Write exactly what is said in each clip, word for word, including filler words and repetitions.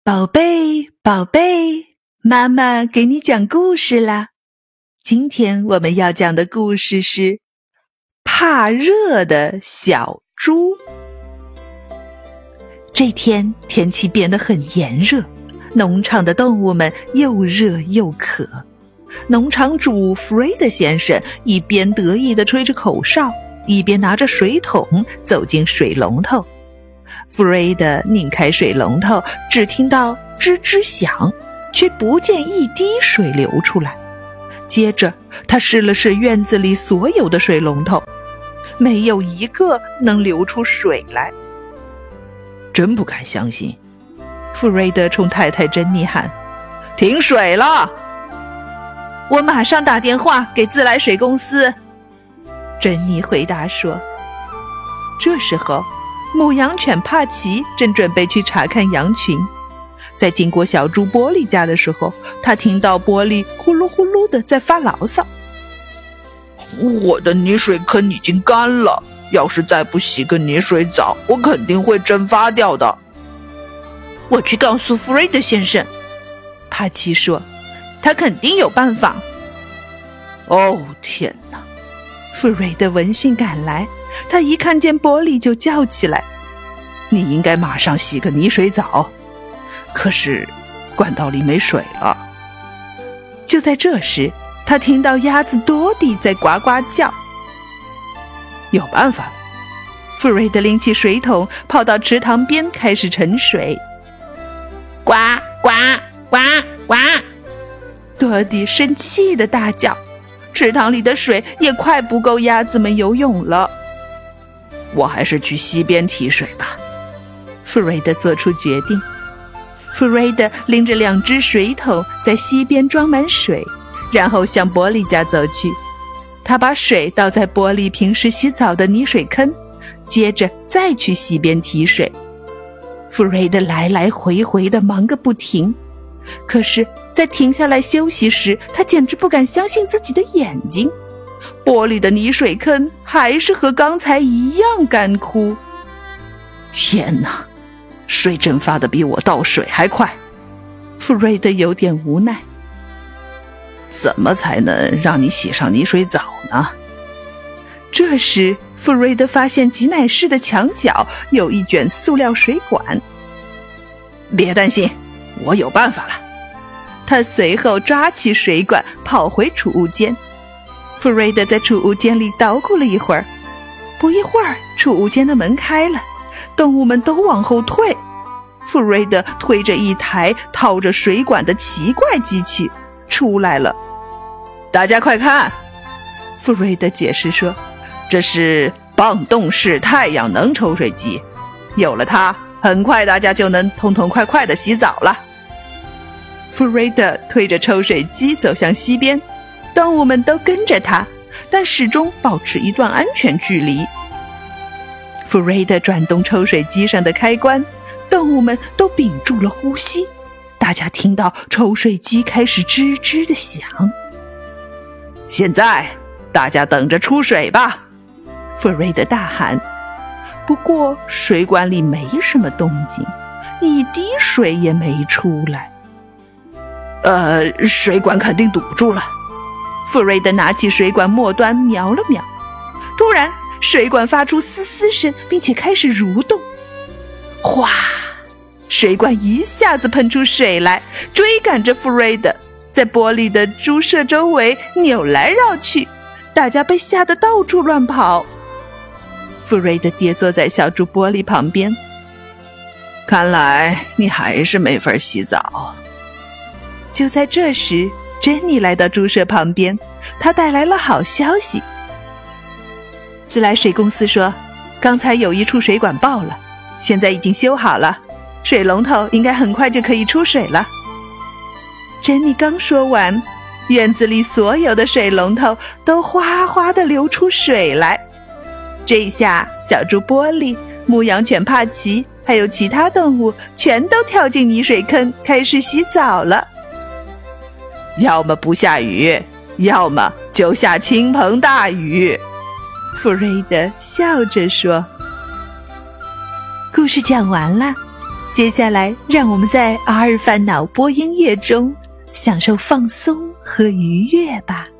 宝贝，宝贝，妈妈给你讲故事啦。今天我们要讲的故事是怕热的小猪。这天天气变得很炎热，农场的动物们又热又渴。农场主弗瑞德先生一边得意地吹着口哨，一边拿着水桶走进水龙头。弗瑞德拧开水龙头，只听到吱吱响，却不见一滴水流出来。接着他试了试院子里所有的水龙头，没有一个能流出水来。 真不敢相信， 弗瑞德冲太太珍妮喊： 停水了！ 我马上打电话给自来水公司。珍妮回答说。这时候牧羊犬帕奇正准备去查看羊群，在经过小猪波利家的时候，他听到波利呼噜呼噜的在发牢骚。 我的泥水坑已经干了，要是再不洗个泥水澡，我肯定会蒸发掉的。 我去告诉弗瑞德先生，帕奇说，他肯定有办法。 哦，天哪！ 弗瑞德闻讯赶来，他一看见波利就叫起来， 你应该马上洗个泥水澡，可是管道里没水了。 就在这时，他听到鸭子多蒂在呱呱叫。 有办法了！ 弗瑞德拎起水桶跑到池塘边开始盛水。 呱呱呱呱！ 多蒂生气地大叫，池塘里的水也快不够鸭子们游泳了。 我还是去溪边提水吧。 弗瑞德做出决定。弗瑞德拎着两只水桶在溪边装满水，然后向波利家走去。他把水倒在波利平时洗澡的泥水坑，接着再去溪边提水。弗瑞德来来回回地忙个不停，可是在停下来休息时，他简直不敢相信自己的眼睛。波利的泥水坑还是和刚才一样干枯。 天哪，水蒸发的比我倒水还快。 弗瑞德有点无奈。 怎么才能让你洗上泥水澡呢？ 这时弗瑞德发现挤奶室的墙角有一卷塑料水管。 别担心，我有办法了。 他随后抓起水管跑回储物间。弗瑞德在储物间里捣鼓了一会儿，不一会儿储物间的门开了，动物们都往后退。弗瑞德推着一台套着水管的奇怪机器出来了。 大家快看， 弗瑞德解释说， 这是棒动式太阳能抽水机，有了它，很快大家就能痛痛快快地洗澡了。 弗瑞德推着抽水机走向溪边，动物们都跟着他，但始终保持一段安全距离。弗瑞德转动抽水机上的开关，动物们都屏住了呼吸。大家听到抽水机开始吱吱地响。 现在大家等着出水吧， 弗瑞德大喊。不过水管里没什么动静，一滴水也没出来。 呃，水管肯定堵住了。 弗瑞德拿起水管末端瞄了瞄，突然水管发出嘶嘶声，并且开始蠕动。哗！水管一下子喷出水来，追赶着弗瑞德，在玻璃的猪舍周围扭来绕去，大家被吓得到处乱跑。弗瑞德跌坐在小猪玻璃旁边。 看来你还是没法洗澡。 就在这时，珍妮来到猪舍旁边，她带来了好消息。自来水公司说，刚才有一处水管爆了，现在已经修好了，水龙头应该很快就可以出水了。珍妮刚说完，院子里所有的水龙头都哗哗地流出水来。这下小猪波利、牧羊犬帕奇还有其他动物全都跳进泥水坑开始洗澡了。 要么不下雨，要么就下倾盆大雨。 弗瑞德笑着说。故事讲完了， 接下来，让我们在阿尔法脑波音乐中享受放松和愉悦吧。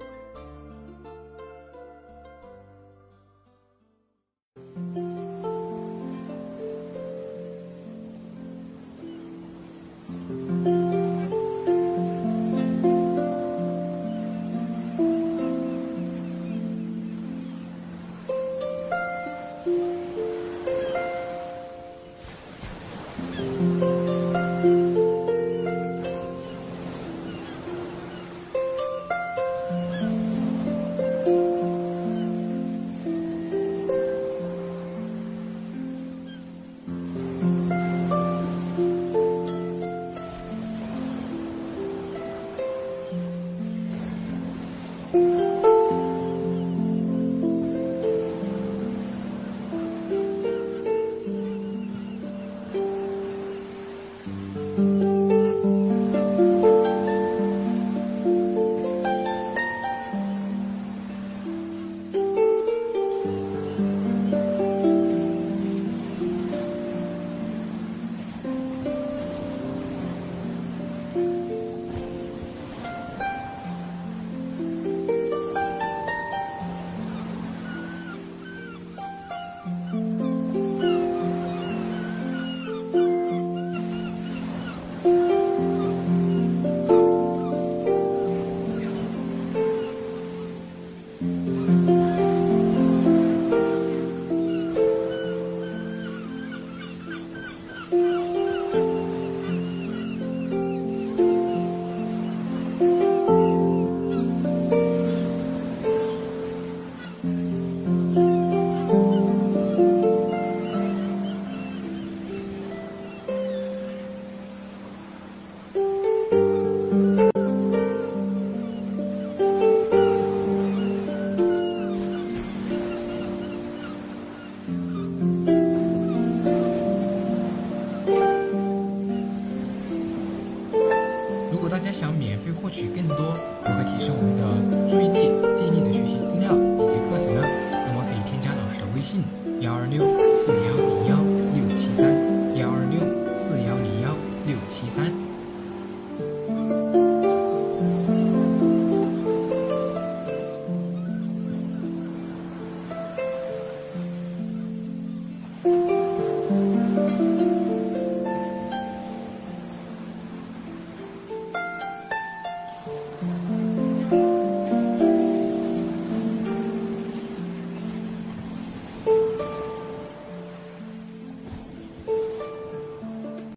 如果大家想免费获取更多如何提升我们的注意力、记忆力的学习资料以及课程呢，那么可以添加老师的微信幺二六四幺零幺。